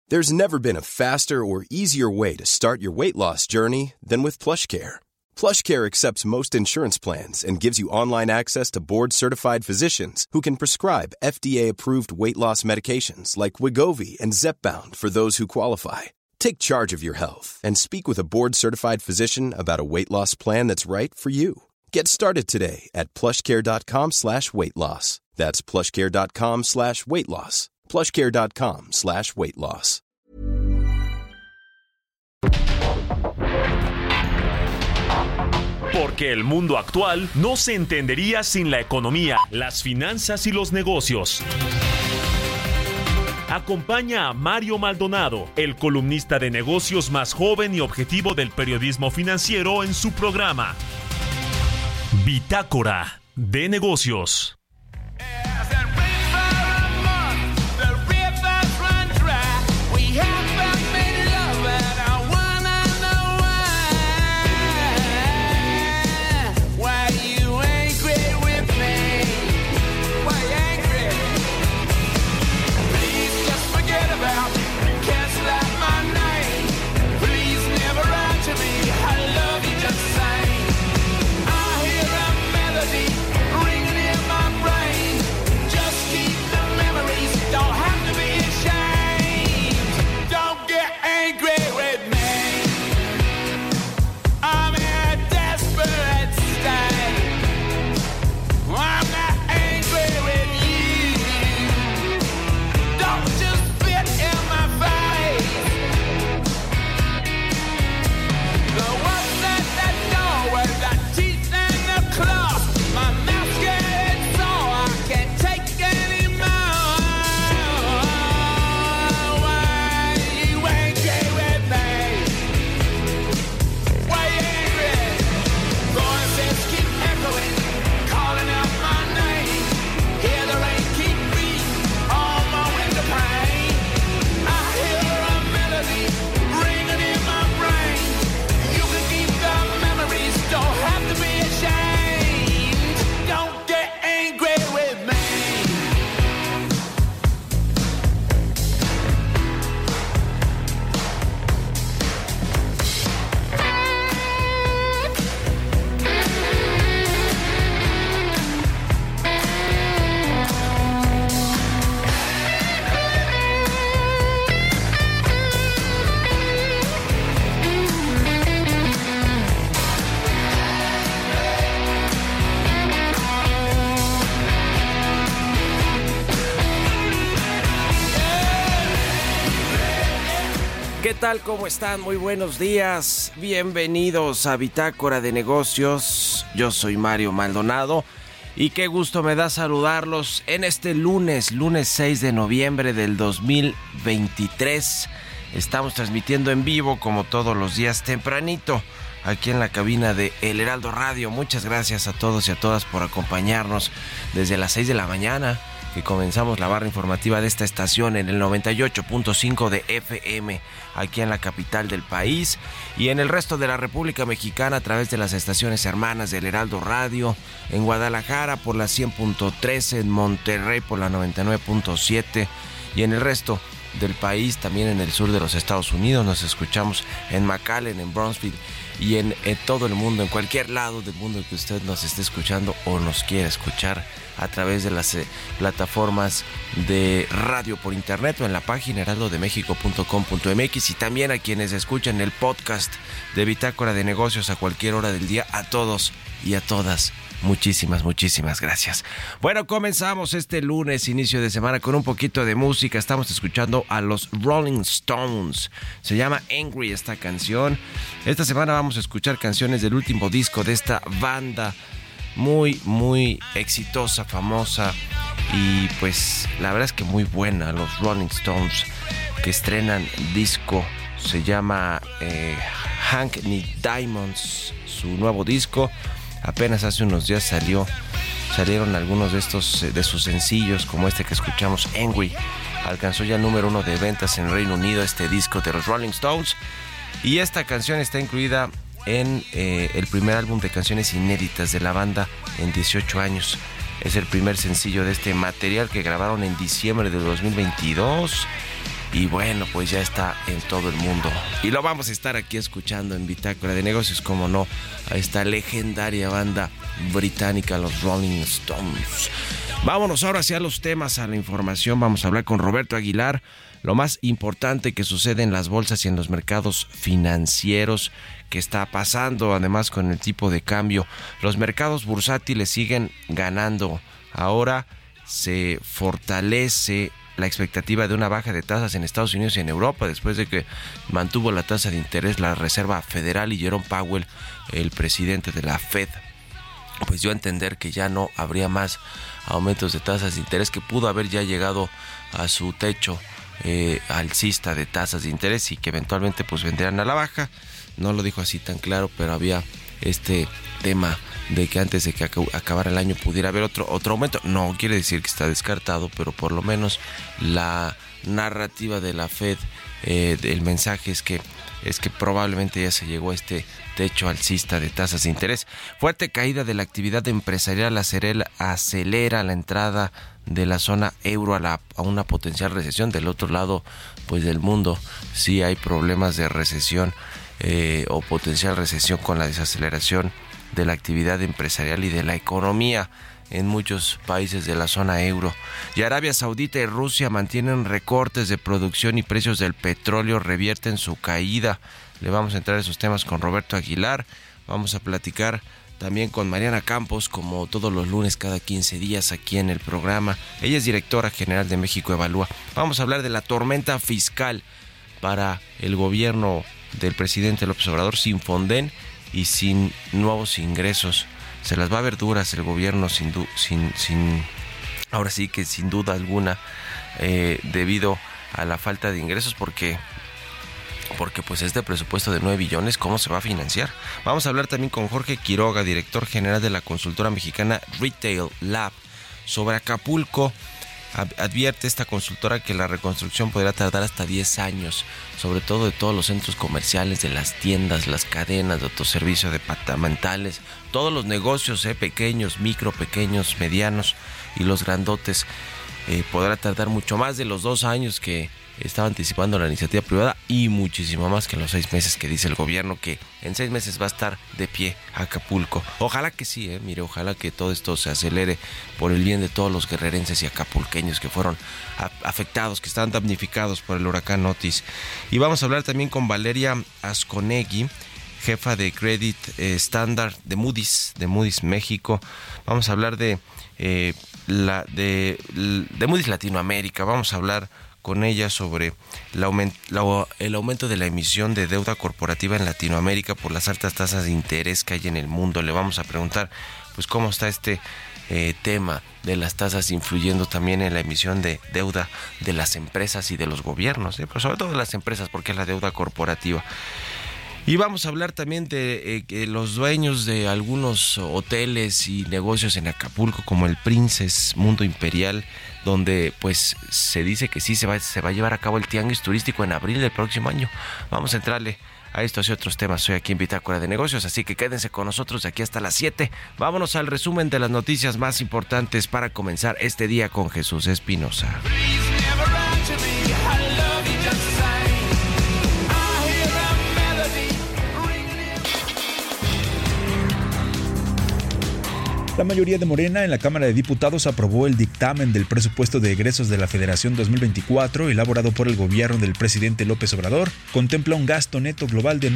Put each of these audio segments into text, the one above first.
There's never been a faster or easier way to start your weight loss journey than with PlushCare. PlushCare accepts most insurance plans and gives you online access to board-certified physicians who can prescribe FDA-approved weight loss medications like Wegovy and Zepbound for those who qualify. Take charge of your health and speak with a board-certified physician about a weight loss plan that's right for you. Get started today at plushcare.com/weight-loss. That's plushcare.com/weight-loss. plushcare.com/weight-loss. Porque el mundo actual no se entendería sin la economía, las finanzas y los negocios. Acompaña a Mario Maldonado, el columnista de negocios más joven y objetivo del periodismo financiero, en su programa Bitácora de Negocios. ¿Qué tal? ¿Cómo están? Muy buenos días. Bienvenidos a Bitácora de Negocios. Yo soy Mario Maldonado y qué gusto me da saludarlos en este lunes 6 de noviembre del 2023. Estamos transmitiendo en vivo como todos los días tempranito aquí en la cabina de El Heraldo Radio. Muchas gracias a todos y a todas por acompañarnos desde las 6 de la mañana. Que comenzamos la barra informativa de esta estación en el 98.5 de FM aquí en la capital del país y en el resto de la República Mexicana a través de las estaciones hermanas del Heraldo Radio, en Guadalajara por la 100.13, en Monterrey por la 99.7 y en el resto del país, también en el sur de los Estados Unidos. Nos escuchamos en McAllen, en Brownsville y en todo el mundo, en cualquier lado del mundo que usted nos esté escuchando o nos quiera escuchar a través de las plataformas de radio por internet o en la página heraldodemexico.com.mx y también a quienes escuchan el podcast de Bitácora de Negocios a cualquier hora del día. A todos y a todas, muchísimas gracias. Bueno, comenzamos este lunes, inicio de semana, con un poquito de música. Estamos escuchando a los Rolling Stones. Se llama Angry esta canción. Esta semana vamos a escuchar canciones del último disco de esta banda muy exitosa, famosa y pues la verdad es que muy buena. Los Rolling Stones, que estrenan disco, se llama Hackney Diamonds, su nuevo disco. Apenas hace unos días salieron algunos de sus sencillos, como este que escuchamos, Angry. Alcanzó ya el número 1 de ventas en Reino Unido este disco de los Rolling Stones, y esta canción está incluida en el primer álbum de canciones inéditas de la banda en 18 años. Es el primer sencillo de este material que grabaron en diciembre de 2022 y bueno, pues ya está en todo el mundo. Y lo vamos a estar aquí escuchando en Bitácora de Negocios, como no, a esta legendaria banda británica, los Rolling Stones. Vámonos ahora hacia los temas, a la información. Vamos a hablar con Roberto Aguilar. Lo más importante que sucede en las bolsas y en los mercados financieros, que está pasando además con el tipo de cambio. Los mercados bursátiles siguen ganando. Ahora se fortalece la expectativa de una baja de tasas en Estados Unidos y en Europa, después de que mantuvo la tasa de interés la Reserva Federal, y Jerome Powell, el presidente de la Fed, pues dio a entender que ya no habría más aumentos de tasas de interés, que pudo haber ya llegado a su techo alcista de tasas de interés y que eventualmente pues vendrían a la baja. No lo dijo así tan claro, pero había este tema de que antes de que acabara el año pudiera haber otro aumento. No quiere decir que está descartado, pero por lo menos la narrativa de la Fed, el mensaje es que probablemente ya se llegó a este techo alcista de tasas de interés. Fuerte caída de la actividad empresarial acelera la entrada de la zona euro a una potencial recesión. Del otro lado pues del mundo sí hay problemas de recesión o potencial recesión, con la desaceleración de la actividad empresarial y de la economía en muchos países de la zona euro. Y Arabia Saudita y Rusia mantienen recortes de producción y precios del petróleo revierten su caída. Le vamos a entrar a esos temas con Roberto Aguilar. Vamos a platicar también con Mariana Campos, como todos los lunes cada 15 días aquí en el programa. Ella es directora general de México Evalúa. Vamos a hablar de la tormenta fiscal para el gobierno del presidente López Obrador, sin Fonden y sin nuevos ingresos. Se las va a ver duras el gobierno ahora sí que sin duda alguna, debido a la falta de ingresos, porque pues este presupuesto de 9 billones, ¿cómo se va a financiar? Vamos a hablar también con Jorge Quiroga, director general de la consultora mexicana Retail Lab, sobre Acapulco. Advierte esta consultora que la reconstrucción podría tardar hasta 10 años, sobre todo de todos los centros comerciales, de las tiendas, las cadenas de autoservicio departamentales, todos los negocios, pequeños, micro, pequeños, medianos y los grandotes. Podrá tardar mucho más de los 2 años que estaba anticipando la iniciativa privada, y muchísimo más que los 6 meses que dice el gobierno, que en 6 meses va a estar de pie Acapulco. Ojalá que sí, mire, ojalá que todo esto se acelere por el bien de todos los guerrerenses y acapulqueños que fueron afectados, que están damnificados por el huracán Otis. Y vamos a hablar también con Valeria Asconegui, jefa de Credit Standard de Moody's México. Vamos a hablar de Moody's Latinoamérica. Vamos a hablar con ella sobre el aumento de la emisión de deuda corporativa en Latinoamérica por las altas tasas de interés que hay en el mundo. Le vamos a preguntar pues cómo está este tema de las tasas influyendo también en la emisión de deuda de las empresas y de los gobiernos, pero sobre todo de las empresas, porque es la deuda corporativa. Y vamos a hablar también de los dueños de algunos hoteles y negocios en Acapulco, como el Princess Mundo Imperial, donde pues se dice que sí se va a llevar a cabo el tianguis turístico en abril del próximo año. Vamos a entrarle a estos y otros temas hoy aquí en Bitácora de Negocios, así que quédense con nosotros de aquí hasta las 7. Vámonos al resumen de las noticias más importantes para comenzar este día con Jesús Espinosa. La mayoría de Morena en la Cámara de Diputados aprobó el dictamen del presupuesto de egresos de la Federación 2024 elaborado por el gobierno del presidente López Obrador. Contempla un gasto neto global de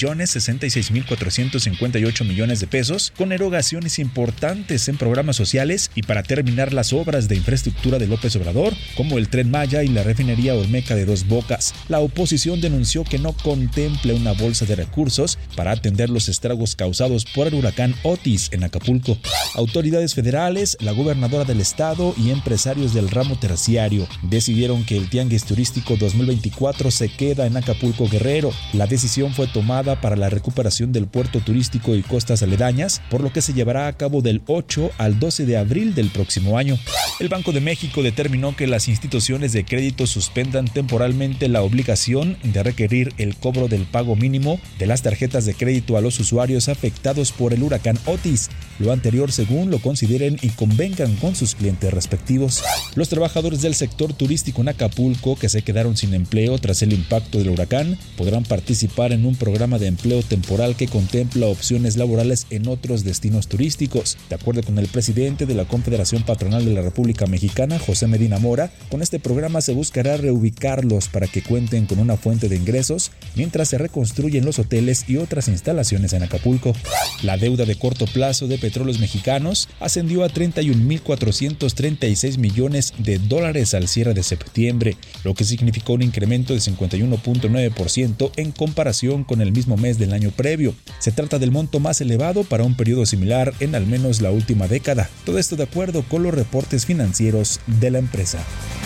9.066.458 millones de pesos, con erogaciones importantes en programas sociales y para terminar las obras de infraestructura de López Obrador, como el Tren Maya y la refinería Olmeca de Dos Bocas. La oposición denunció que no contempla una bolsa de recursos para atender los estragos causados por el huracán Otis en Acapulco. Autoridades federales, la gobernadora del estado y empresarios del ramo terciario decidieron que el Tianguis Turístico 2024 se queda en Acapulco Guerrero. La decisión fue tomada para la recuperación del puerto turístico y costas aledañas, por lo que se llevará a cabo del 8 al 12 de abril del próximo año. El Banco de México determinó que las instituciones de crédito suspendan temporalmente la obligación de requerir el cobro del pago mínimo de las tarjetas de crédito a los usuarios afectados por el huracán Otis. Lo anterior se según lo consideren y convengan con sus clientes respectivos. Los trabajadores del sector turístico en Acapulco que se quedaron sin empleo tras el impacto del huracán podrán participar en un programa de empleo temporal que contempla opciones laborales en otros destinos turísticos. De acuerdo con el presidente de la Confederación Patronal de la República Mexicana, José Medina Mora, con este programa se buscará reubicarlos para que cuenten con una fuente de ingresos mientras se reconstruyen los hoteles y otras instalaciones en Acapulco. La deuda de corto plazo de Petróleos Mexicanos ascendió a $31,436 millones al cierre de septiembre, lo que significó un incremento de 51.9% en comparación con el mismo mes del año previo. Se trata del monto más elevado para un periodo similar en al menos la última década. Todo esto de acuerdo con los reportes financieros de la empresa.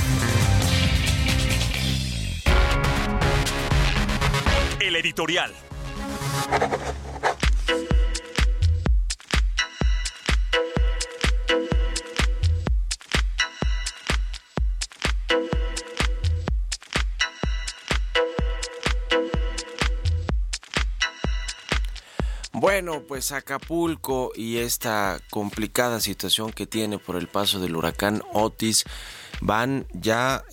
El editorial. Bueno, pues Acapulco y esta complicada situación que tiene por el paso del huracán Otis van ya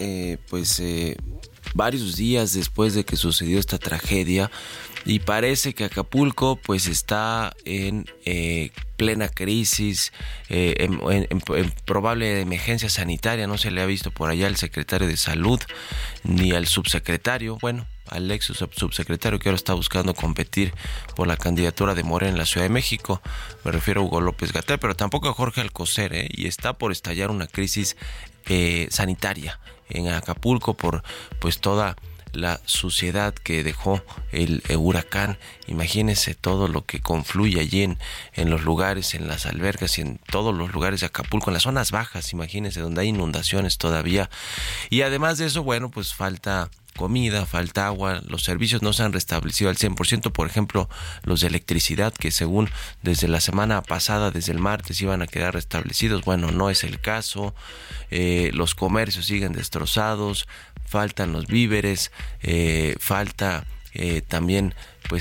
varios días después de que sucedió esta tragedia y parece que Acapulco pues está en plena crisis, en probable emergencia sanitaria. No se le ha visto por allá al secretario de Salud ni al subsecretario, al ex subsecretario que ahora está buscando competir por la candidatura de Morena en la Ciudad de México. Me refiero a Hugo López-Gatell, pero tampoco a Jorge Alcocer, y está por estallar una crisis sanitaria en Acapulco por pues toda la suciedad que dejó el huracán. Imagínense todo lo que confluye allí en los lugares, en las albergas y en todos los lugares de Acapulco, en las zonas bajas, imagínense, donde hay inundaciones todavía. Y además de eso, pues falta comida, falta agua, los servicios no se han restablecido al 100%, por ejemplo, los de electricidad, que según desde la semana pasada, desde el martes, iban a quedar restablecidos. No es el caso. Los comercios siguen destrozados, faltan los víveres, falta también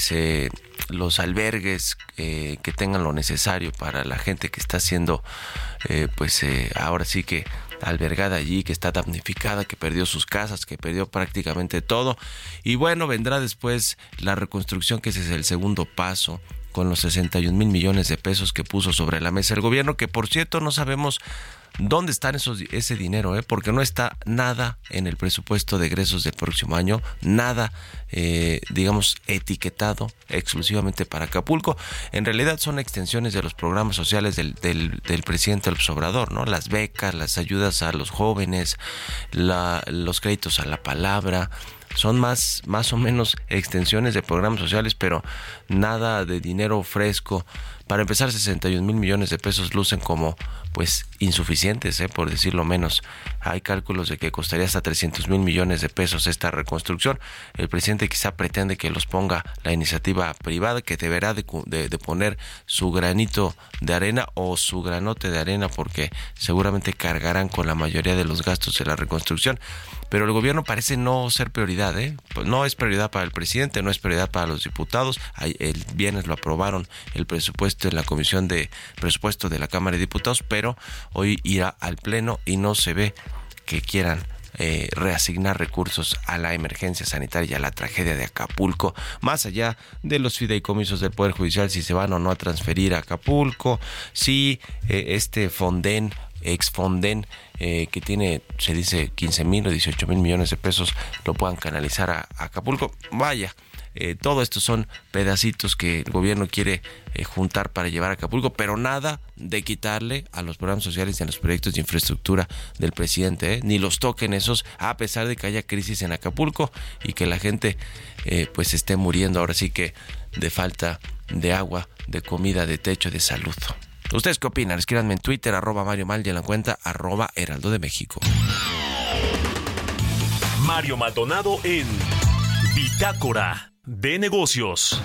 los albergues que tengan lo necesario para la gente que está siendo ahora sí que albergada allí, que está damnificada, que perdió sus casas, que perdió prácticamente todo. Y vendrá después la reconstrucción, que ese es el segundo paso, con los 61,000 millones de pesos que puso sobre la mesa el gobierno, que por cierto no sabemos dónde está ese dinero, porque no está nada en el presupuesto de egresos del próximo año, nada, etiquetado exclusivamente para Acapulco. En realidad son extensiones de los programas sociales del presidente López Obrador, ¿no? Las becas, las ayudas a los jóvenes, los créditos a la palabra. Son más o menos extensiones de programas sociales, pero nada de dinero fresco. Para empezar, 61,000 millones de pesos lucen como insuficientes, por decirlo menos. Hay cálculos de que costaría hasta 300,000 millones de pesos esta reconstrucción. El presidente quizá pretende que los ponga la iniciativa privada, que deberá de poner su granito de arena o su granote de arena, porque seguramente cargarán con la mayoría de los gastos de la reconstrucción. Pero el gobierno parece no ser prioridad, Pues no es prioridad para el presidente, no es prioridad para los diputados. El viernes lo aprobaron el presupuesto en la Comisión de Presupuesto de la Cámara de Diputados, pero hoy irá al Pleno y no se ve que quieran reasignar recursos a la emergencia sanitaria y a la tragedia de Acapulco, más allá de los fideicomisos del Poder Judicial, si se van o no a transferir a Acapulco, si este Fonden, ex Fonden, que tiene, se dice, 15,000 o 18,000 millones de pesos, lo puedan canalizar a Acapulco. Todo esto son pedacitos que el gobierno quiere juntar para llevar a Acapulco, pero nada de quitarle a los programas sociales y a los proyectos de infraestructura del presidente, ni los toquen esos, a pesar de que haya crisis en Acapulco y que la gente esté muriendo ahora sí que de falta de agua, de comida, de techo, de salud. ¿Ustedes qué opinan? Escríbanme en Twitter, @Mario Mal, y en la cuenta @Heraldo de México. Mario Maldonado en Bitácora de Negocios.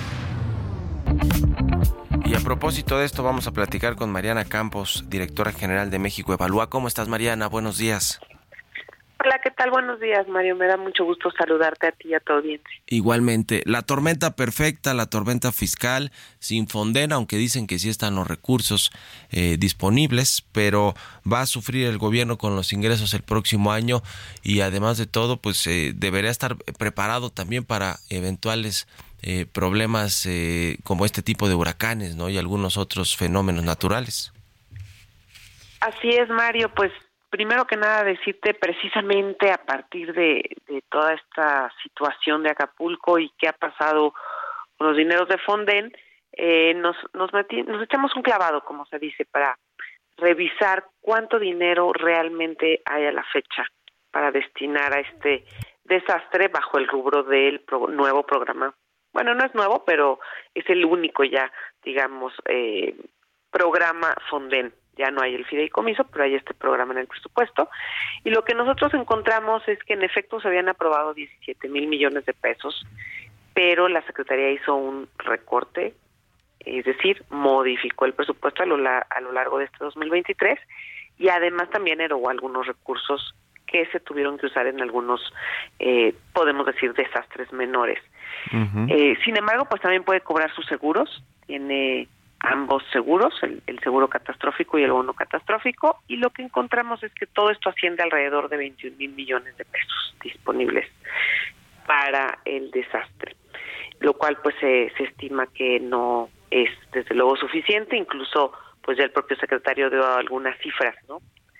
Y a propósito de esto, vamos a platicar con Mariana Campos, directora general de México Evalúa. ¿Cómo estás, Mariana? Buenos días. Hola, ¿qué tal? Buenos días, Mario. Me da mucho gusto saludarte a ti y a tu audiencia. Igualmente, la tormenta perfecta, la tormenta fiscal, sin Fonden, aunque dicen que sí están los recursos disponibles, pero va a sufrir el gobierno con los ingresos el próximo año y además de todo, pues debería estar preparado también para eventuales problemas como este tipo de huracanes, ¿no? Y algunos otros fenómenos naturales. Así es, Mario. Pues primero que nada decirte precisamente a partir de toda esta situación de Acapulco y qué ha pasado con los dineros de Fonden, nos echamos un clavado, como se dice, para revisar cuánto dinero realmente hay a la fecha para destinar a este desastre bajo el rubro del nuevo programa. Bueno, no es nuevo, pero es el único ya, digamos, programa Fonden. Ya no hay el fideicomiso, pero hay este programa en el presupuesto. Y lo que nosotros encontramos es que en efecto se habían aprobado 17,000 millones de pesos, pero la Secretaría hizo un recorte, es decir, modificó el presupuesto a lo largo de este 2023 y además también erogó algunos recursos que se tuvieron que usar en algunos, podemos decir, desastres menores. Uh-huh. Sin embargo, pues también puede cobrar sus seguros, tiene ambos seguros, el seguro catastrófico y el bono catastrófico, y lo que encontramos es que todo esto asciende alrededor de 21,000 millones de pesos disponibles para el desastre, lo cual pues se estima que no es desde luego suficiente, incluso pues ya el propio secretario dio algunas cifras, ¿no?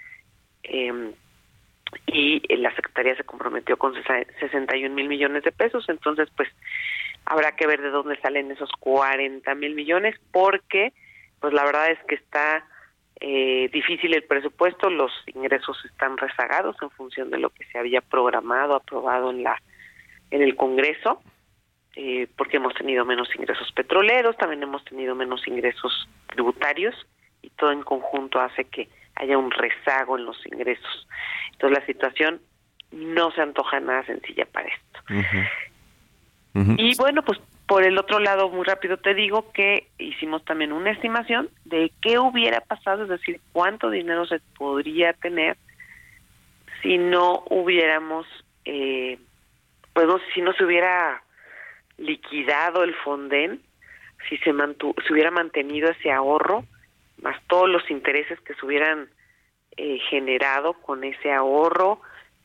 Y la Secretaría se comprometió con 61,000 millones de pesos, entonces pues habrá que ver de dónde salen esos 40,000 millones, porque pues la verdad es que está difícil el presupuesto, los ingresos están rezagados en función de lo que se había programado, aprobado en el Congreso, porque hemos tenido menos ingresos petroleros, también hemos tenido menos ingresos tributarios, y todo en conjunto hace que haya un rezago en los ingresos. Entonces la situación no se antoja nada sencilla para esto. Uh-huh. Uh-huh. Y bueno, pues por el otro lado, muy rápido te digo que hicimos también una estimación de qué hubiera pasado, es decir, cuánto dinero se podría tener si no hubiéramos, pues no, si no se hubiera liquidado el Fonden, si se hubiera mantenido ese ahorro, más todos los intereses que se hubieran generado con ese ahorro,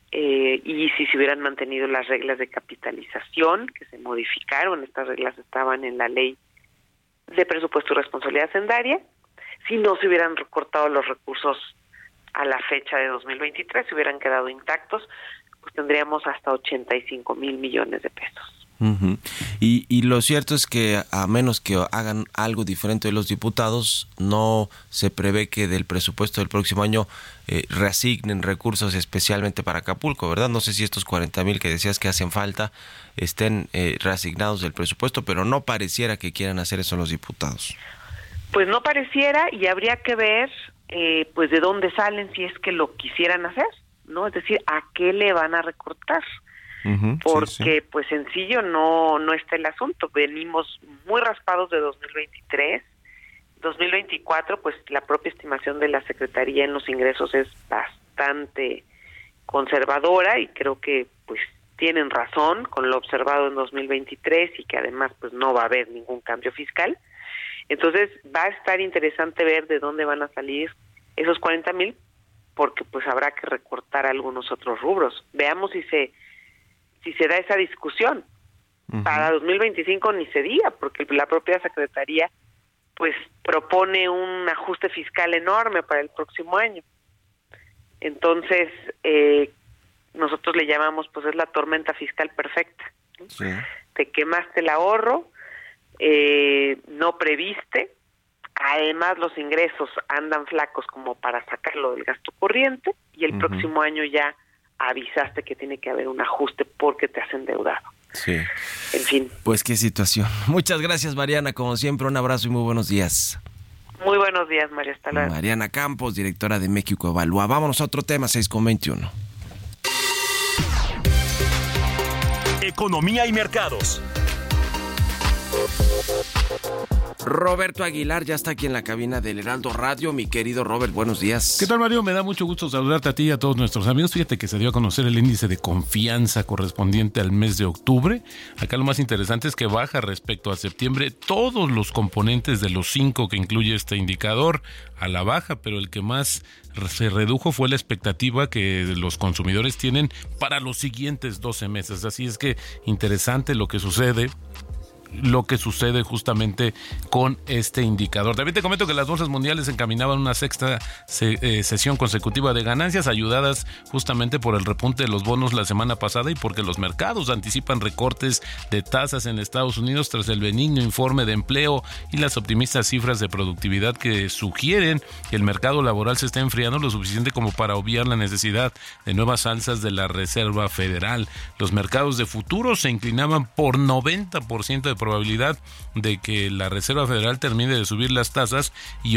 y si se hubieran mantenido las reglas de capitalización que se modificaron. Estas reglas estaban en la ley de presupuesto y responsabilidad hacendaria. Si no se hubieran recortado los recursos a la fecha de 2023, se hubieran quedado intactos, pues tendríamos hasta 85,000 millones de pesos. Uh-huh. Y lo cierto es que a menos que hagan algo diferente de los diputados, no se prevé que del presupuesto del próximo año reasignen recursos especialmente para Acapulco, ¿verdad? No sé si estos 40,000 que decías que hacen falta estén reasignados del presupuesto, pero no pareciera que quieran hacer eso los diputados. Pues no pareciera, y habría que ver pues de dónde salen si es que lo quisieran hacer, ¿no? Es decir, ¿a qué le van a recortar? Uh-huh, porque sí. Pues sencillo no está el asunto. Venimos muy raspados de 2023, 2024, pues la propia estimación de la Secretaría en los ingresos es bastante conservadora, y creo que pues tienen razón con lo observado en 2023 y que además pues no va a haber ningún cambio fiscal. Entonces va a estar interesante ver de dónde van a salir esos 40,000, porque pues habrá que recortar algunos otros rubros. Veamos si se da esa discusión. Uh-huh. Para 2025 ni se diga, porque la propia Secretaría pues propone un ajuste fiscal enorme para el próximo año. Entonces, nosotros le llamamos, pues es la tormenta fiscal perfecta, ¿no? Sí. Te quemaste el ahorro, no previste, además los ingresos andan flacos como para sacarlo del gasto corriente, y el uh-huh. próximo año ya avisaste que tiene que haber un ajuste porque te has endeudado. Sí. En fin. Pues qué situación. Muchas gracias, Mariana. Como siempre, un abrazo y muy buenos días. Muy buenos días, María. Hasta luego. Mariana Campos, directora de México Evalúa. Vámonos a otro tema, 6:21. Economía y mercados. Roberto Aguilar ya está aquí en la cabina del Heraldo Radio. Mi querido Robert, buenos días. ¿Qué tal, Mario? Me da mucho gusto saludarte a ti y a todos nuestros amigos. Fíjate que se dio a conocer el índice de confianza correspondiente al mes de octubre. Acá lo más interesante es que baja respecto a septiembre todos los componentes de los 5 que incluye este indicador a la baja, pero el que más se redujo fue la expectativa que los consumidores tienen para los siguientes 12 meses. Así es que interesante lo que sucede justamente con este indicador. También te comento que las bolsas mundiales encaminaban una sexta sesión consecutiva de ganancias, ayudadas justamente por el repunte de los bonos la semana pasada y porque los mercados anticipan recortes de tasas en Estados Unidos tras el benigno informe de empleo y las optimistas cifras de productividad que sugieren que el mercado laboral se está enfriando lo suficiente como para obviar la necesidad de nuevas alzas de la Reserva Federal. Los mercados de futuros se inclinaban por 90% de probabilidad de que la Reserva Federal termine de subir las tasas y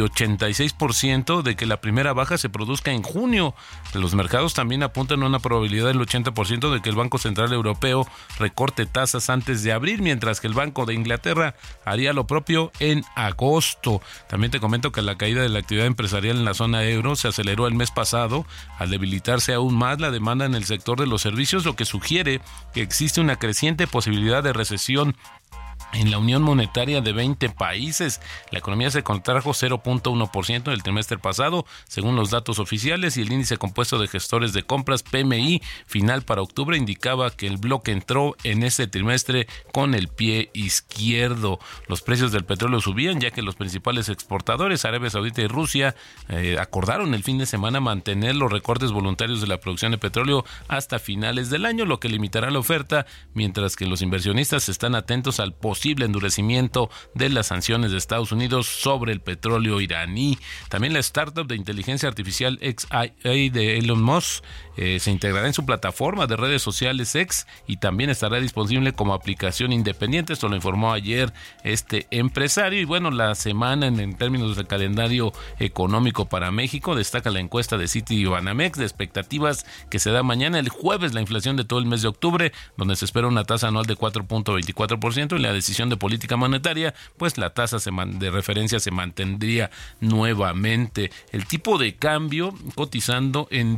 86% de que la primera baja se produzca en junio. Los mercados también apuntan a una probabilidad del 80% de que el Banco Central Europeo recorte tasas antes de abril, mientras que el Banco de Inglaterra haría lo propio en agosto. También te comento que la caída de la actividad empresarial en la zona euro se aceleró el mes pasado al debilitarse aún más la demanda en el sector de los servicios, lo que sugiere que existe una creciente posibilidad de recesión en la Unión Monetaria de 20 países. La economía se contrajo 0.1% en el trimestre pasado, según los datos oficiales, y el índice compuesto de gestores de compras PMI final para octubre indicaba que el bloque entró en ese trimestre con el pie izquierdo. Los precios del petróleo subían, ya que los principales exportadores, Arabia Saudita y Rusia, acordaron el fin de semana mantener los recortes voluntarios de la producción de petróleo hasta finales del año, lo que limitará la oferta, mientras que los inversionistas están atentos al posible endurecimiento de las sanciones de Estados Unidos sobre el petróleo iraní. También la startup de inteligencia artificial XAI de Elon Musk se integrará en su plataforma de redes sociales X y también estará disponible como aplicación independiente. Esto lo informó ayer este empresario. Y bueno, la semana en términos de calendario económico para México destaca la encuesta de Citi y Banamex de expectativas que se da mañana, el jueves, la inflación de todo el mes de octubre, donde se espera una tasa anual de 4.24% y la decisión de política monetaria, pues la tasa de referencia se mantendría nuevamente. El tipo de cambio cotizando en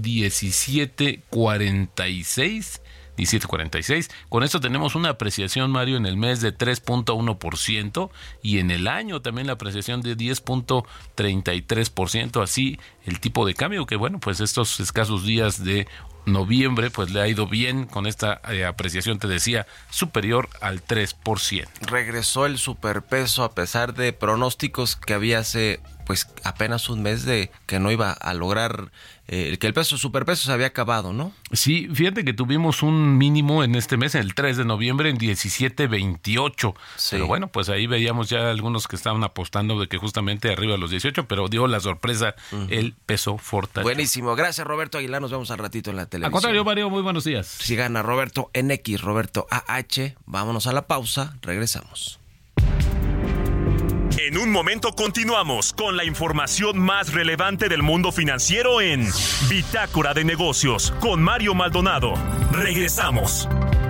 17.46. Con esto tenemos una apreciación, Mario, en el mes de 3.1% y en el año también la apreciación de 10.33%. Así el tipo de cambio que, bueno, pues estos escasos días de noviembre pues le ha ido bien con esta apreciación, te decía, superior al 3%. Regresó el superpeso a pesar de pronósticos que había hace pues apenas un mes de que no iba a lograr, que el superpeso se había acabado, ¿no? Sí, fíjate que tuvimos un mínimo en este mes, el 3 de noviembre, en 17.28. Sí. Pero bueno, pues ahí veíamos ya algunos que estaban apostando de que justamente arriba de los 18, pero dio la sorpresa el peso fortalecido. Buenísimo, gracias Roberto Aguilar, nos vemos al ratito en la televisión. Al contrario, Mario, muy buenos días. Sigan a Roberto NX, Roberto AH, vámonos a la pausa, regresamos. En un momento continuamos con la información más relevante del mundo financiero en Bitácora de Negocios con Mario Maldonado. Regresamos.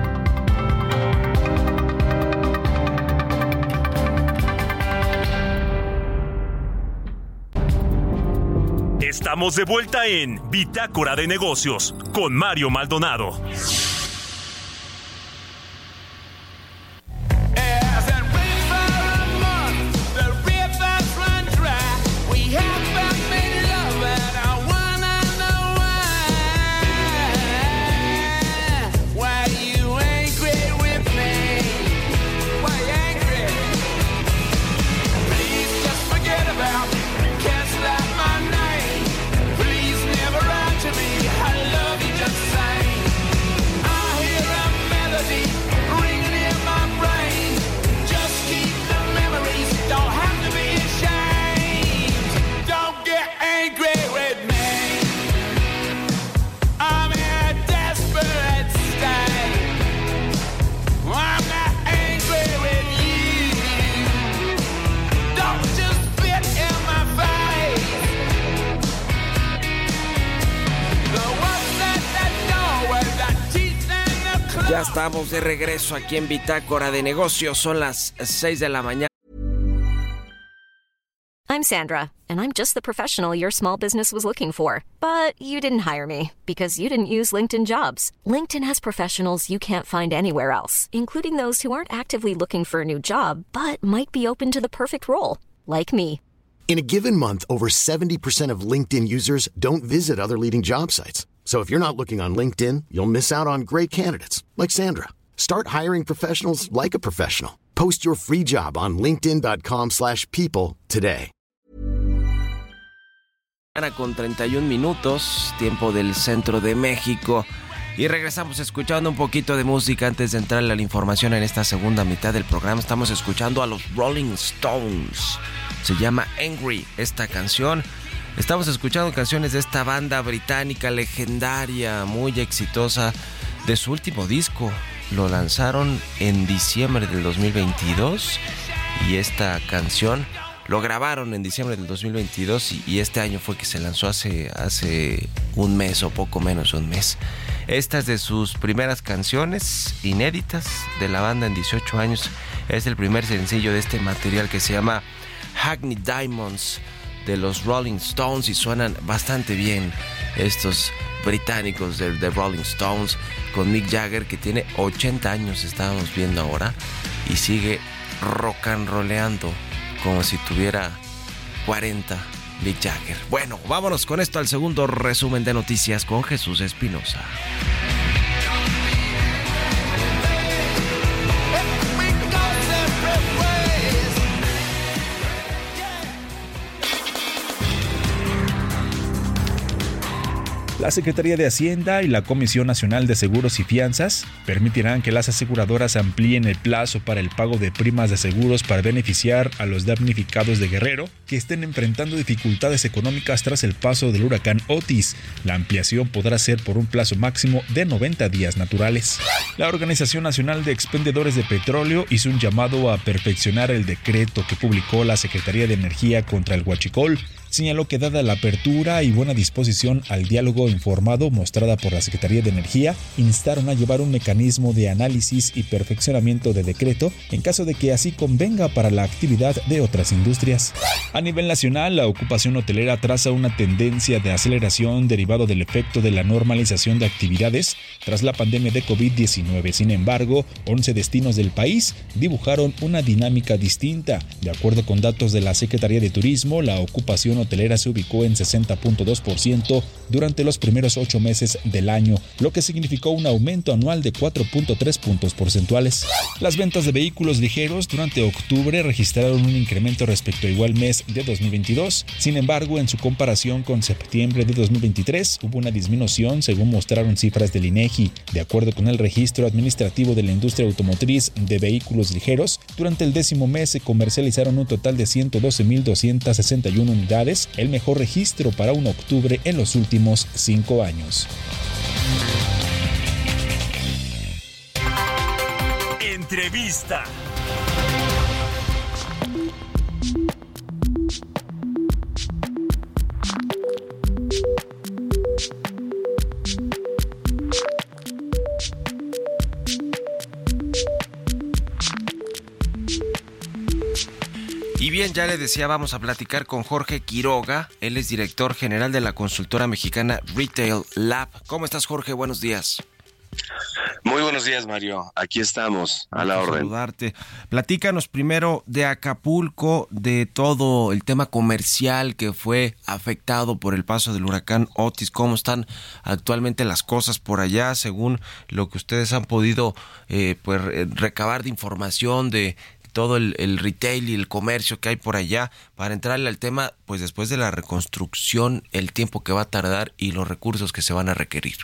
Estamos de vuelta en Bitácora de Negocios con Mario Maldonado. Ya estamos de regreso aquí en Bitácora de Negocios. Son las 6 de la mañana. I'm Sandra, and I'm just the professional your small business was looking for. But you didn't hire me because you didn't use LinkedIn Jobs. LinkedIn has professionals you can't find anywhere else, including those who aren't actively looking for a new job, but might be open to the perfect role, like me. In a given month, over 70% of LinkedIn users don't visit other leading job sites. So if you're not looking on LinkedIn, you'll miss out on great candidates like Sandra. Start hiring professionals like a professional. Post your free job on linkedin.com/people today. Con 31 minutos, tiempo del centro de México. Y regresamos escuchando un poquito de música antes de entrar a la información en esta segunda mitad del programa. Estamos escuchando a los Rolling Stones. Se llama Angry esta canción. Estamos escuchando canciones de esta banda británica legendaria, muy exitosa, de su último disco. Lo lanzaron en diciembre del 2022 y esta canción lo grabaron en diciembre del 2022 y este año fue que se lanzó hace un mes o poco menos de un mes. Esta es de sus primeras canciones inéditas de la banda en 18 años. Es el primer sencillo de este material que se llama Hackney Diamonds de los Rolling Stones y suenan bastante bien estos británicos de Rolling Stones con Mick Jagger, que tiene 80 años, estábamos viendo ahora, y sigue rock and rolleando como si tuviera 40 Mick Jagger. Bueno, vámonos con esto al segundo resumen de noticias con Jesús Espinosa. La Secretaría de Hacienda y la Comisión Nacional de Seguros y Fianzas permitirán que las aseguradoras amplíen el plazo para el pago de primas de seguros para beneficiar a los damnificados de Guerrero que estén enfrentando dificultades económicas tras el paso del huracán Otis. La ampliación podrá ser por un plazo máximo de 90 días naturales. La Organización Nacional de Expendedores de Petróleo hizo un llamado a perfeccionar el decreto que publicó la Secretaría de Energía contra el huachicol. Señaló que dada la apertura y buena disposición al diálogo informado mostrada por la Secretaría de Energía, instaron a llevar un mecanismo de análisis y perfeccionamiento de decreto en caso de que así convenga para la actividad de otras industrias. A nivel nacional, la ocupación hotelera traza una tendencia de aceleración derivado del efecto de la normalización de actividades tras la pandemia de COVID-19. Sin embargo, 11 destinos del país dibujaron una dinámica distinta. De acuerdo con datos de la Secretaría de Turismo, la ocupación hotelera se ubicó en 60.2% durante los primeros 8 meses del año, lo que significó un aumento anual de 4.3 puntos porcentuales. Las ventas de vehículos ligeros durante octubre registraron un incremento respecto a igual mes de 2022. Sin embargo, en su comparación con septiembre de 2023, hubo una disminución según mostraron cifras del INEGI. De acuerdo con el registro administrativo de la industria automotriz de vehículos ligeros, durante el 10º mes se comercializaron un total de 112.261 unidades, el mejor registro para un octubre en los últimos 5 años. Entrevista. Y bien, ya le decía, vamos a platicar con Jorge Quiroga. Él es director general de la consultora mexicana Retail Lab. ¿Cómo estás, Jorge? Buenos días. Muy buenos días, Mario. Aquí estamos, a la orden. Saludarte. Platícanos primero de Acapulco, de todo el tema comercial que fue afectado por el paso del huracán Otis. ¿Cómo están actualmente las cosas por allá, según lo que ustedes han podido recabar de información de todo el retail y el comercio que hay por allá, para entrarle al tema, pues después de la reconstrucción, el tiempo que va a tardar y los recursos que se van a requerir?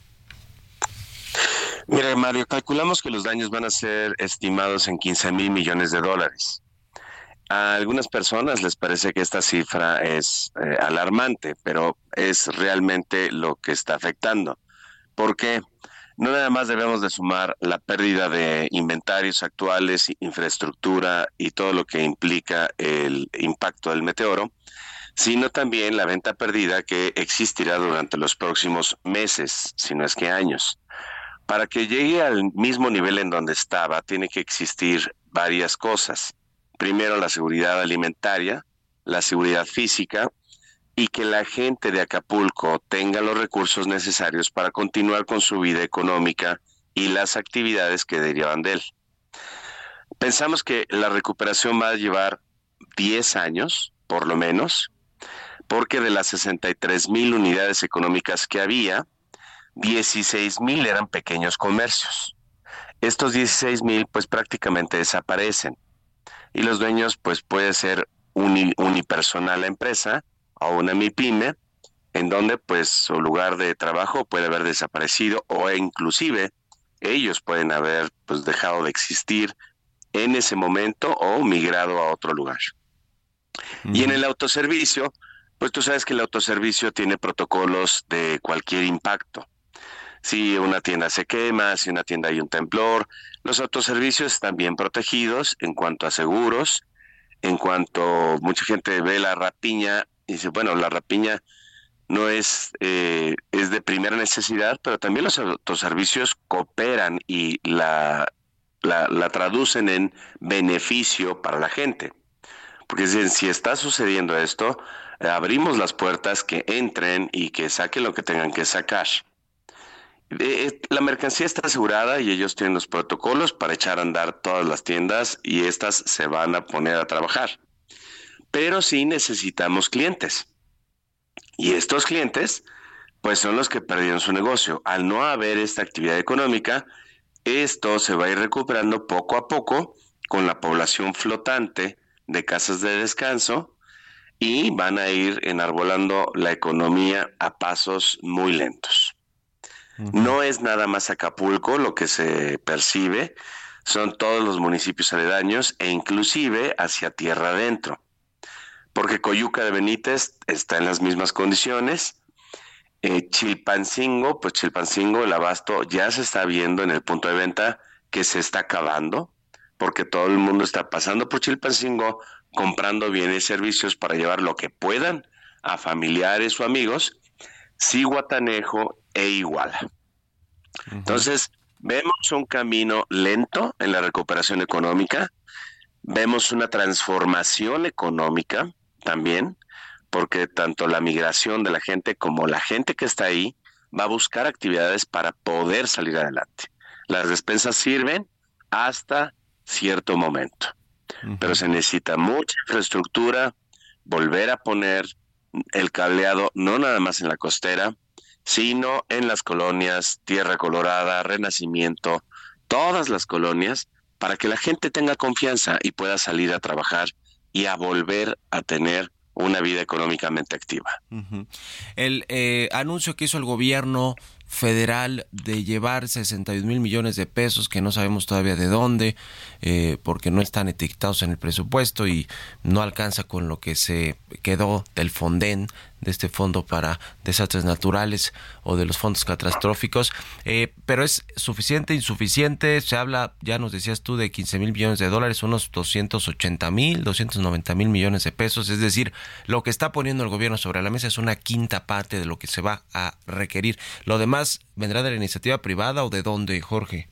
Mira, Mario, calculamos que los daños van a ser estimados en 15,000 millones de dólares. A algunas personas les parece que esta cifra es alarmante, pero es realmente lo que está afectando. ¿Por qué? No nada más debemos de sumar la pérdida de inventarios actuales, infraestructura y todo lo que implica el impacto del meteoro, sino también la venta perdida que existirá durante los próximos meses, si no es que años. Para que llegue al mismo nivel en donde estaba, tiene que existir varias cosas. Primero, la seguridad alimentaria, la seguridad física y que la gente de Acapulco tenga los recursos necesarios para continuar con su vida económica y las actividades que derivan de él. Pensamos que la recuperación va a llevar 10 años, por lo menos, porque de las 63,000 unidades económicas que había, 16,000 eran pequeños comercios. Estos 16,000 pues prácticamente desaparecen y los dueños pues puede ser unipersonal la empresa o una MIPYME, en donde pues su lugar de trabajo puede haber desaparecido o inclusive ellos pueden haber pues dejado de existir en ese momento o migrado a otro lugar. Y en el autoservicio, pues tú sabes que el autoservicio tiene protocolos de cualquier impacto. Si una tienda se quema, si una tienda hay un temblor, los autoservicios están bien protegidos en cuanto a seguros, en cuanto mucha gente ve la rapiña y dice, bueno, la rapiña no es de primera necesidad, pero también los autoservicios cooperan y la traducen en beneficio para la gente. Porque si está sucediendo esto, abrimos las puertas, que entren y que saquen lo que tengan que sacar. La mercancía está asegurada y ellos tienen los protocolos para echar a andar todas las tiendas y estas se van a poner a trabajar. Pero sí necesitamos clientes. Y estos clientes, pues son los que perdieron su negocio. Al no haber esta actividad económica, esto se va a ir recuperando poco a poco con la población flotante de casas de descanso y van a ir enarbolando la economía a pasos muy lentos. No es nada más Acapulco lo que se percibe, son todos los municipios aledaños e inclusive hacia tierra adentro, porque Coyuca de Benítez está en las mismas condiciones. Chilpancingo, el abasto ya se está viendo en el punto de venta que se está acabando, porque todo el mundo está pasando por Chilpancingo, comprando bienes y servicios para llevar lo que puedan a familiares o amigos, Zihuatanejo e Iguala. Entonces, vemos un camino lento en la recuperación económica, vemos una transformación económica también, porque tanto la migración de la gente como la gente que está ahí va a buscar actividades para poder salir adelante. Las despensas sirven hasta cierto momento, pero se necesita mucha infraestructura, volver a poner el cableado no nada más en la costera, sino en las colonias Tierra Colorada, Renacimiento, todas las colonias, para que la gente tenga confianza y pueda salir a trabajar y a volver a tener una vida económicamente activa. El anuncio que hizo el gobierno federal de llevar 61,000 millones de pesos, que no sabemos todavía de dónde, porque no están etiquetados en el presupuesto y no alcanza con lo que se quedó del Fonden, de este fondo para desastres naturales o de los fondos catastróficos, pero es suficiente, insuficiente. Se habla, ya nos decías tú, de 15,000 millones de dólares, unos 280,000, 290,000 millones de pesos, es decir, lo que está poniendo el gobierno sobre la mesa es una quinta parte de lo que se va a requerir. Lo demás vendrá de la iniciativa privada, ¿o de dónde, Jorge?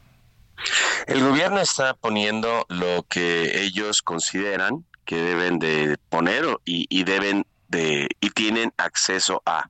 El gobierno está poniendo lo que ellos consideran que deben de poner y tienen acceso a.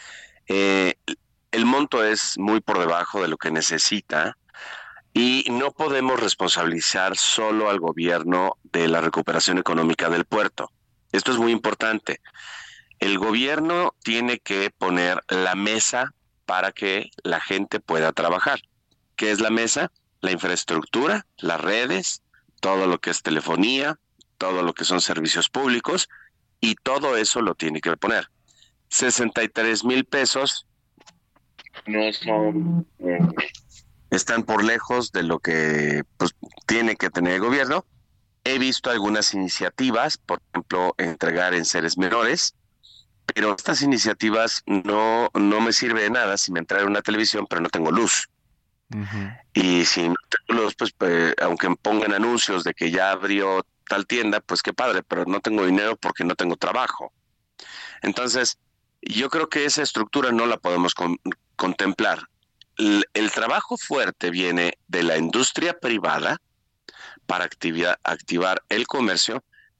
El monto es muy por debajo de lo que necesita y no podemos responsabilizar solo al gobierno de la recuperación económica del puerto. Esto es muy importante. El gobierno tiene que poner la mesa para que la gente pueda trabajar. ¿Qué es la mesa? La infraestructura, las redes, todo lo que es telefonía, todo lo que son servicios públicos, y todo eso lo tiene que poner. 63,000 pesos no son, están por lejos de lo que pues, tiene que tener el gobierno. He visto algunas iniciativas, por ejemplo, entregar enseres menores, pero estas iniciativas no me sirve de nada si me entregan una televisión pero no tengo luz. Y si no tengo luz, pues aunque me pongan anuncios de que ya abrió tal tienda, pues qué padre, pero no tengo dinero porque no tengo trabajo. Entonces, yo creo que esa estructura no la podemos contemplar. El trabajo fuerte viene de la industria privada para activar el comercio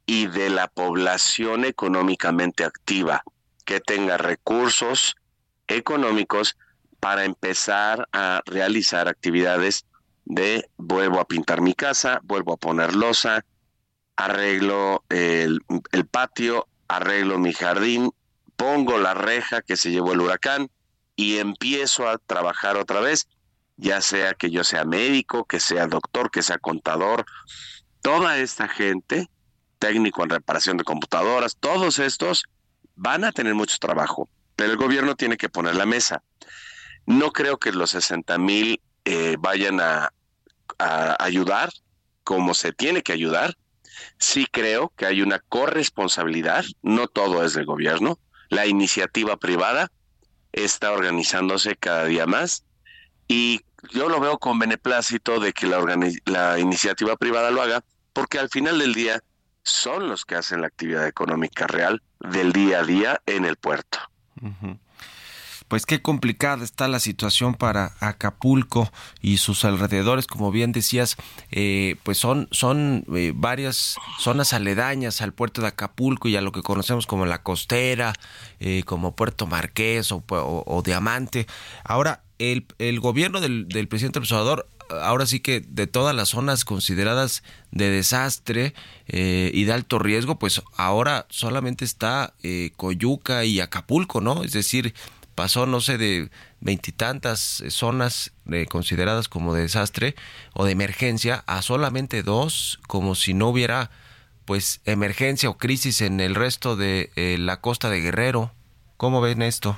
y de la población económicamente activa, que tenga recursos económicos para empezar a realizar actividades de vuelvo a pintar mi casa, vuelvo a poner losa, arreglo el patio, arreglo mi jardín, pongo la reja que se llevó el huracán y empiezo a trabajar otra vez, ya sea que yo sea médico, que sea doctor, que sea contador. Toda esta gente, técnico en reparación de computadoras, todos estos van a tener mucho trabajo, pero el gobierno tiene que poner la mesa. No creo que los 60,000 vayan a ayudar como se tiene que ayudar. Sí creo que hay una corresponsabilidad, no todo es del gobierno. La iniciativa privada está organizándose cada día más y yo lo veo con beneplácito de que la iniciativa privada lo haga, porque al final del día son los que hacen la actividad económica real del día a día en el puerto. Uh-huh. Pues qué complicada está la situación para Acapulco y sus alrededores, como bien decías, pues son varias zonas aledañas al puerto de Acapulco y a lo que conocemos como la costera, como Puerto Marqués o Diamante. Ahora, el gobierno del presidente López Obrador, ahora sí que de todas las zonas consideradas de desastre y de alto riesgo, pues ahora solamente está Coyuca y Acapulco, ¿no? Es decir, pasó, no sé, de 20 y tantas zonas consideradas como de desastre o de emergencia a solamente 2, como si no hubiera pues emergencia o crisis en el resto de la costa de Guerrero. ¿Cómo ven esto?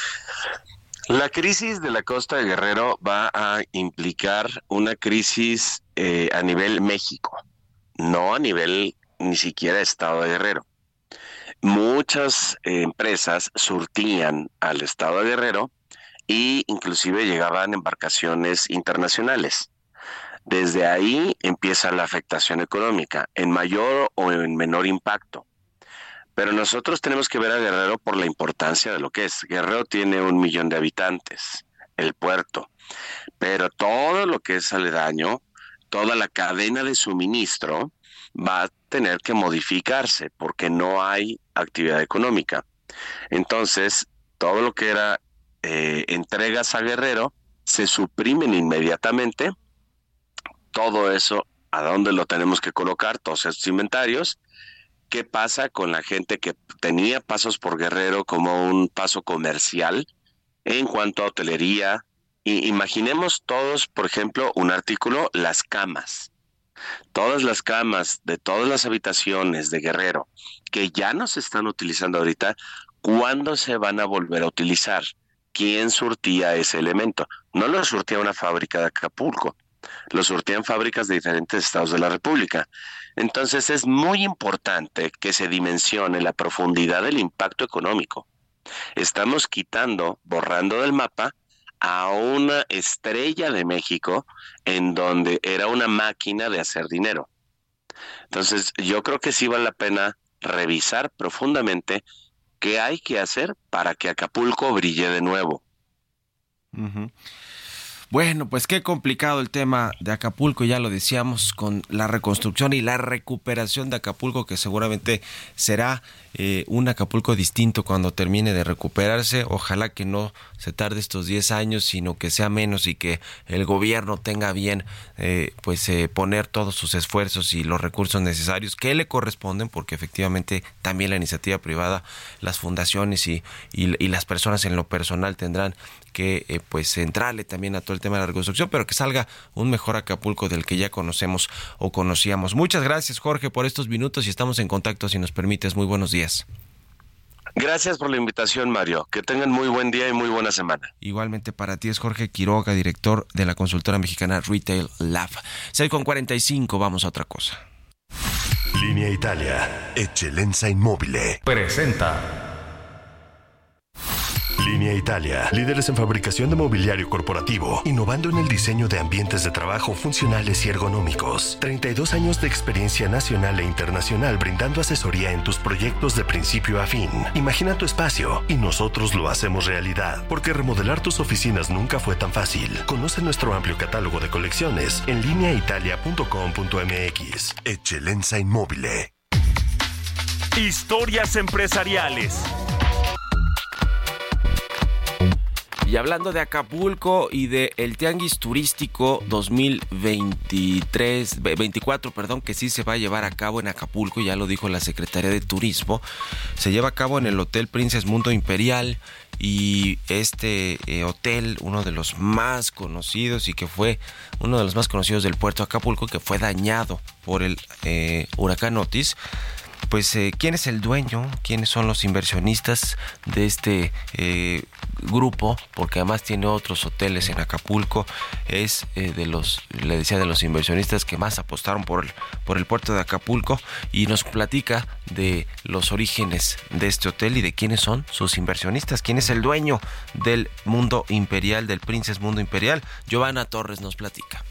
La crisis de la costa de Guerrero va a implicar una crisis a nivel México, no a nivel ni siquiera Estado de Guerrero. Muchas empresas surtían al estado de Guerrero e inclusive llegaban embarcaciones internacionales. Desde ahí empieza la afectación económica, en mayor o en menor impacto. Pero nosotros tenemos que ver a Guerrero por la importancia de lo que es. Guerrero tiene 1 millón de habitantes, el puerto, pero todo lo que es aledaño, toda la cadena de suministro va a tener que modificarse porque no hay actividad económica. Entonces, todo lo que era entregas a Guerrero se suprimen inmediatamente. Todo eso, ¿a dónde lo tenemos que colocar? Todos estos inventarios. ¿Qué pasa con la gente que tenía pasos por Guerrero como un paso comercial en cuanto a hotelería? Y imaginemos todos, por ejemplo, un artículo, las camas. Todas las camas de todas las habitaciones de Guerrero que ya no se están utilizando ahorita, ¿cuándo se van a volver a utilizar? ¿Quién surtía ese elemento? No lo surtía una fábrica de Acapulco, lo surtían fábricas de diferentes estados de la República. Entonces es muy importante que se dimensione la profundidad del impacto económico. Estamos borrando del mapa a una estrella de México en donde era una máquina de hacer dinero. Entonces yo creo que sí vale la pena revisar profundamente qué hay que hacer para que Acapulco brille de nuevo. Uh-huh. Bueno, pues qué complicado el tema de Acapulco, ya lo decíamos, con la reconstrucción y la recuperación de Acapulco, que seguramente será un Acapulco distinto cuando termine de recuperarse. Ojalá que no se tarde estos 10 años, sino que sea menos y que el gobierno tenga bien poner todos sus esfuerzos y los recursos necesarios que le corresponden, porque efectivamente también la iniciativa privada, las fundaciones y las personas en lo personal tendrán que entrarle también a todo el tema de la reconstrucción, pero que salga un mejor Acapulco del que ya conocemos o conocíamos. Muchas gracias, Jorge, por estos minutos y estamos en contacto, si nos permites. Muy buenos días. Gracias por la invitación, Mario. Que tengan muy buen día y muy buena semana. Igualmente para ti. Es Jorge Quiroga, director de la consultora mexicana Retail Lab. 6:45, vamos a otra cosa. Línea Italia, Eccellenza Immobile presenta Línea Italia, líderes en fabricación de mobiliario corporativo, innovando en el diseño de ambientes de trabajo funcionales y ergonómicos. 32 años de experiencia nacional e internacional brindando asesoría en tus proyectos de principio a fin. Imagina tu espacio y nosotros lo hacemos realidad, porque remodelar tus oficinas nunca fue tan fácil. Conoce nuestro amplio catálogo de colecciones en lineaitalia.com.mx. Eccellenza Immobile. Historias empresariales. Y hablando de Acapulco y de el Tianguis Turístico 2024, que sí se va a llevar a cabo en Acapulco, ya lo dijo la Secretaría de Turismo, se lleva a cabo en el Hotel Princess Mundo Imperial. Y este hotel, uno de los más conocidos y que fue uno de los más conocidos del puerto de Acapulco, que fue dañado por el huracán Otis. Pues, ¿quién es el dueño? ¿Quiénes son los inversionistas de este grupo? Porque además tiene otros hoteles en Acapulco. Es de los inversionistas que más apostaron por el puerto de Acapulco, y nos platica de los orígenes de este hotel y de quiénes son sus inversionistas. ¿Quién es el dueño del Mundo Imperial, del Princess Mundo Imperial? Giovanna Torres nos platica.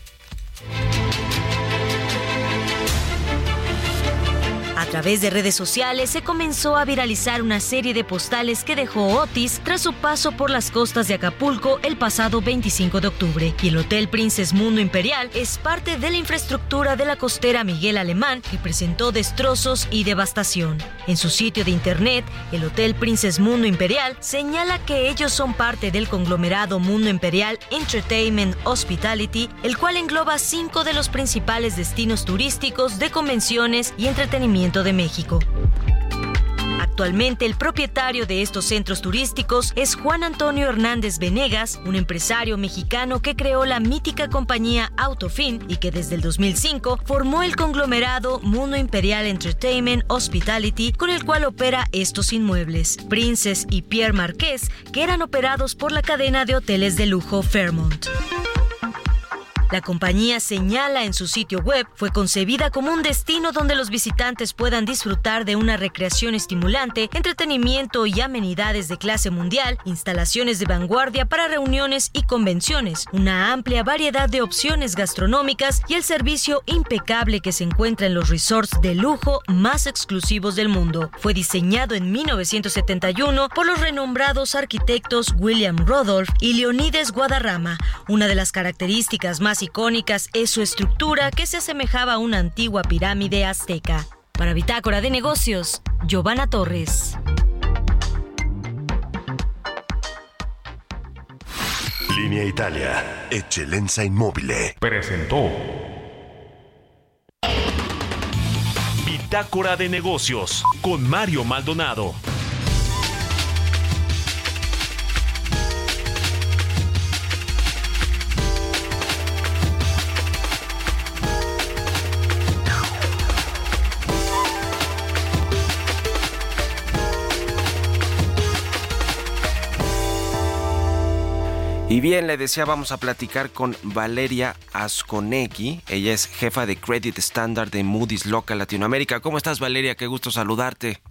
A través de redes sociales se comenzó a viralizar una serie de postales que dejó Otis tras su paso por las costas de Acapulco el pasado 25 de octubre. Y el Hotel Princess Mundo Imperial es parte de la infraestructura de la costera Miguel Alemán, que presentó destrozos y devastación. En su sitio de internet, el Hotel Princess Mundo Imperial señala que ellos son parte del conglomerado Mundo Imperial Entertainment Hospitality, el cual engloba 5 de los principales destinos turísticos de convenciones y entretenimiento de México. Actualmente el propietario de estos centros turísticos es Juan Antonio Hernández Venegas, un empresario mexicano que creó la mítica compañía Autofin y que desde el 2005 formó el conglomerado Mundo Imperial Entertainment Hospitality, con el cual opera estos inmuebles, Princess y Pierre Marqués, que eran operados por la cadena de hoteles de lujo Fairmont. La compañía señala en su sitio web, fue concebida como un destino donde los visitantes puedan disfrutar de una recreación estimulante, entretenimiento y amenidades de clase mundial, instalaciones de vanguardia para reuniones y convenciones, una amplia variedad de opciones gastronómicas y el servicio impecable que se encuentra en los resorts de lujo más exclusivos del mundo. Fue diseñado en 1971 por los renombrados arquitectos William Rudolph y Leonides Guadarrama. Una de las características más icónicas es su estructura, que se asemejaba a una antigua pirámide azteca. Para Bitácora de Negocios, Giovanna Torres. Línea Italia, Eccellenza Immobile presentó Bitácora de Negocios con Mario Maldonado. Y bien, le decía, vamos a platicar con Valeria Asconegui. Ella es jefa de Credit Standard de Moody's Local Latinoamérica. ¿Cómo estás, Valeria? Qué gusto saludarte.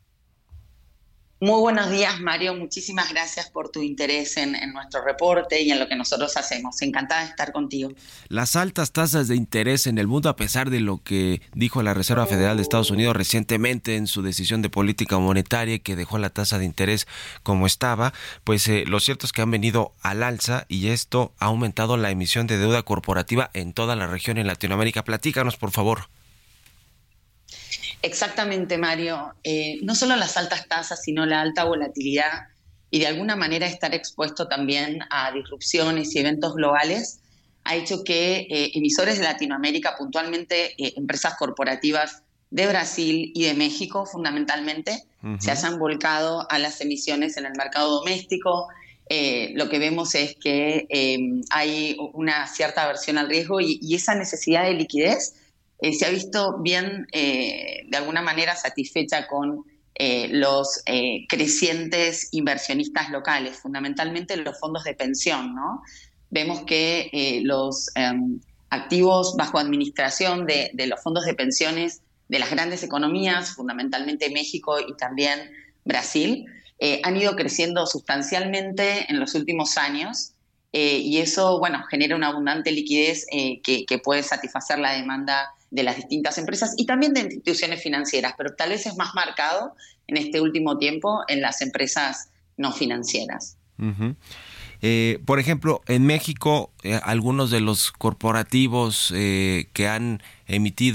Muy buenos días, Mario. Muchísimas gracias por tu interés en nuestro reporte y en lo que nosotros hacemos. Encantada de estar contigo. Las altas tasas de interés en el mundo, a pesar de lo que dijo la Reserva Federal de Estados Unidos recientemente en su decisión de política monetaria, que dejó la tasa de interés como estaba, pues lo cierto es que han venido al alza y esto ha aumentado la emisión de deuda corporativa en toda la región en Latinoamérica. Platícanos, por favor. Exactamente, Mario. No solo las altas tasas, sino la alta volatilidad y de alguna manera estar expuesto también a disrupciones y eventos globales ha hecho que emisores de Latinoamérica, puntualmente empresas corporativas de Brasil y de México fundamentalmente, se hayan volcado a las emisiones en el mercado doméstico. Lo que vemos es que hay una cierta aversión al riesgo y esa necesidad de liquidez se ha visto bien, de alguna manera, satisfecha con los crecientes inversionistas locales, fundamentalmente los fondos de pensión, ¿no? Vemos que los activos bajo administración de los fondos de pensiones de las grandes economías, fundamentalmente México y también Brasil, han ido creciendo sustancialmente en los últimos años. Y eso, bueno, genera una abundante liquidez que puede satisfacer la demanda de las distintas empresas y también de instituciones financieras, pero tal vez es más marcado en este último tiempo en las empresas no financieras. Por ejemplo, en México, algunos de los corporativos que han emitido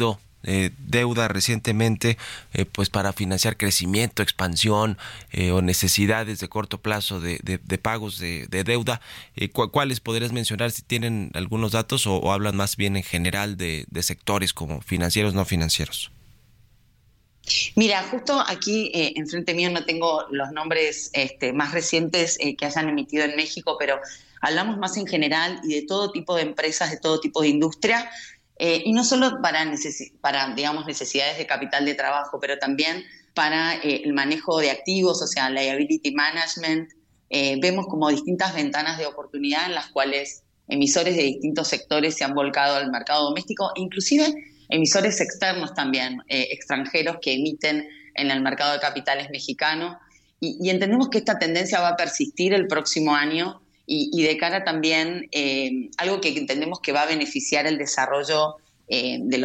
deuda recientemente pues para financiar crecimiento, expansión o necesidades de corto plazo de pagos de deuda. ¿Cuáles podrías mencionar, si tienen algunos datos o hablan más bien en general de sectores como financieros, no financieros? Mira, justo aquí enfrente mío no tengo los nombres más recientes que hayan emitido en México, pero hablamos más en general y de todo tipo de empresas, de todo tipo de industria, y no solo para digamos, necesidades de capital de trabajo, pero también para el manejo de activos, o sea, liability management. Vemos como distintas ventanas de oportunidad en las cuales emisores de distintos sectores se han volcado al mercado doméstico, inclusive emisores externos también, extranjeros que emiten en el mercado de capitales mexicano, y entendemos que esta tendencia va a persistir el próximo año y de cara también algo que entendemos que va a beneficiar el desarrollo de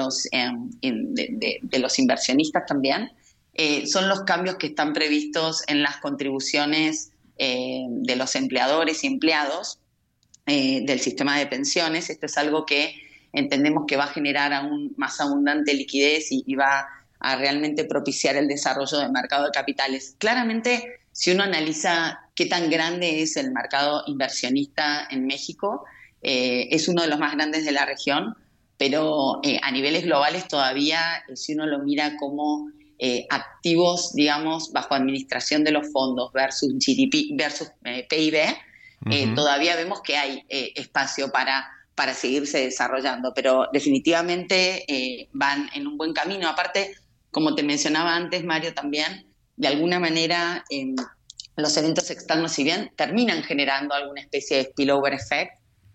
los inversionistas también, son los cambios que están previstos en las contribuciones de los empleadores y empleados del sistema de pensiones. Esto es algo que entendemos que va a generar aún más abundante liquidez y va a realmente propiciar el desarrollo del mercado de capitales. Claramente, si uno analiza qué tan grande es el mercado inversionista en México, es uno de los más grandes de la región, pero a niveles globales todavía, si uno lo mira como activos, digamos, bajo administración de los fondos versus GDP, versus PIB, todavía vemos que hay espacio para seguirse desarrollando, pero definitivamente van en un buen camino. Aparte, como te mencionaba antes, Mario, también, de alguna manera, los eventos externos, si bien terminan generando alguna especie de spillover effect,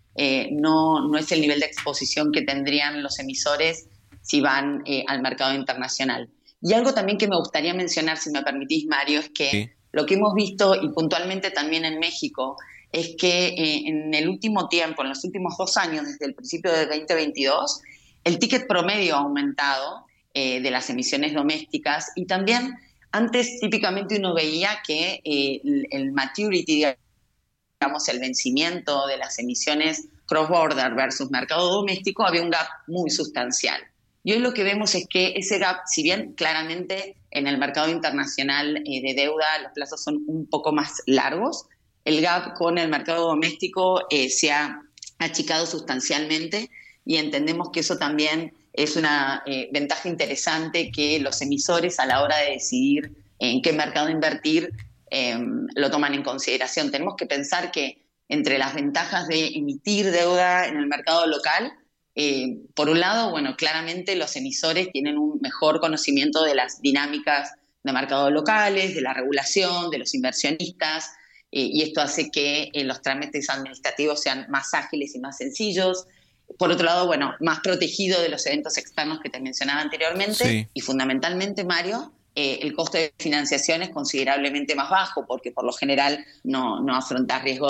no es el nivel de exposición que tendrían los emisores si van al mercado internacional. Y algo también que me gustaría mencionar, si me permitís, Mario, es que lo que hemos visto, y puntualmente también en México, es que en el último tiempo, en los últimos 2 años, desde el principio de 2022, el ticket promedio ha aumentado de las emisiones domésticas, y también antes típicamente uno veía que el maturity, digamos, el vencimiento de las emisiones cross-border versus mercado doméstico, había un gap muy sustancial. Y hoy lo que vemos es que ese gap, si bien claramente en el mercado internacional de deuda los plazos son un poco más largos, el gap con el mercado doméstico se ha achicado sustancialmente, y entendemos que eso también es una ventaja interesante que los emisores, a la hora de decidir en qué mercado invertir, lo toman en consideración. Tenemos que pensar que entre las ventajas de emitir deuda en el mercado local, por un lado, bueno, claramente los emisores tienen un mejor conocimiento de las dinámicas de mercados locales, de la regulación, de los inversionistas, y esto hace que los trámites administrativos sean más ágiles y más sencillos. Por otro lado, bueno, más protegido de los eventos externos que te mencionaba anteriormente, sí. Y fundamentalmente, Mario, el costo de financiación es considerablemente más bajo, porque por lo general no afronta riesgo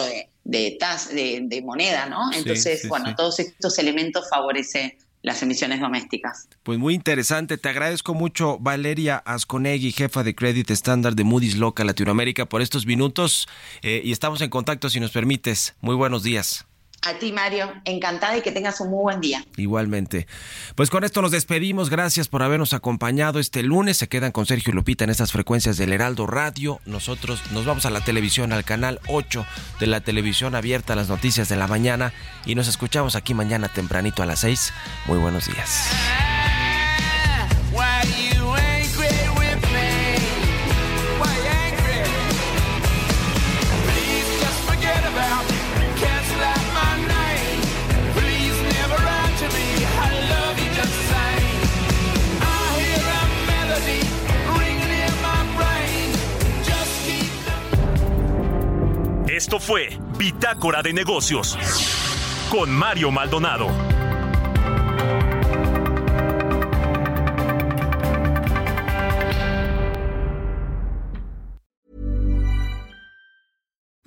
de moneda, ¿no? Entonces, sí, bueno, todos estos elementos favorecen las emisiones domésticas. Pues muy interesante. Te agradezco mucho, Valeria Azconegui, jefa de Credit Standard de Moody's Local Latinoamérica, por estos minutos, y estamos en contacto, si nos permites. Muy buenos días. A ti, Mario, encantada y que tengas un muy buen día. Igualmente. Pues con esto nos despedimos. Gracias por habernos acompañado este lunes. Se quedan con Sergio y Lupita en estas frecuencias del Heraldo Radio. Nosotros nos vamos a la televisión, al canal 8 de la televisión abierta, las noticias de la mañana, y nos escuchamos aquí mañana tempranito a las 6. Muy buenos días. Esto fue Bitácora de Negocios con Mario Maldonado.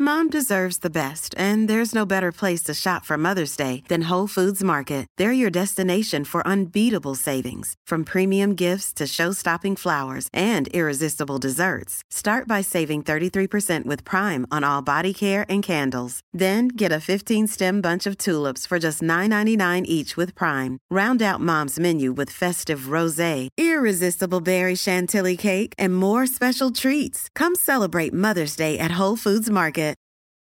mom deserves the best, and there's no better place to shop for Mother's Day than Whole Foods Market. They're your destination for unbeatable savings, from premium gifts to show-stopping flowers and irresistible desserts. Start by saving 33% with Prime on all body care and candles. Then get a 15-stem bunch of tulips for just $9.99 each with Prime. Round out Mom's menu with festive rosé, irresistible berry chantilly cake, and more special treats. Come celebrate Mother's Day at Whole Foods Market.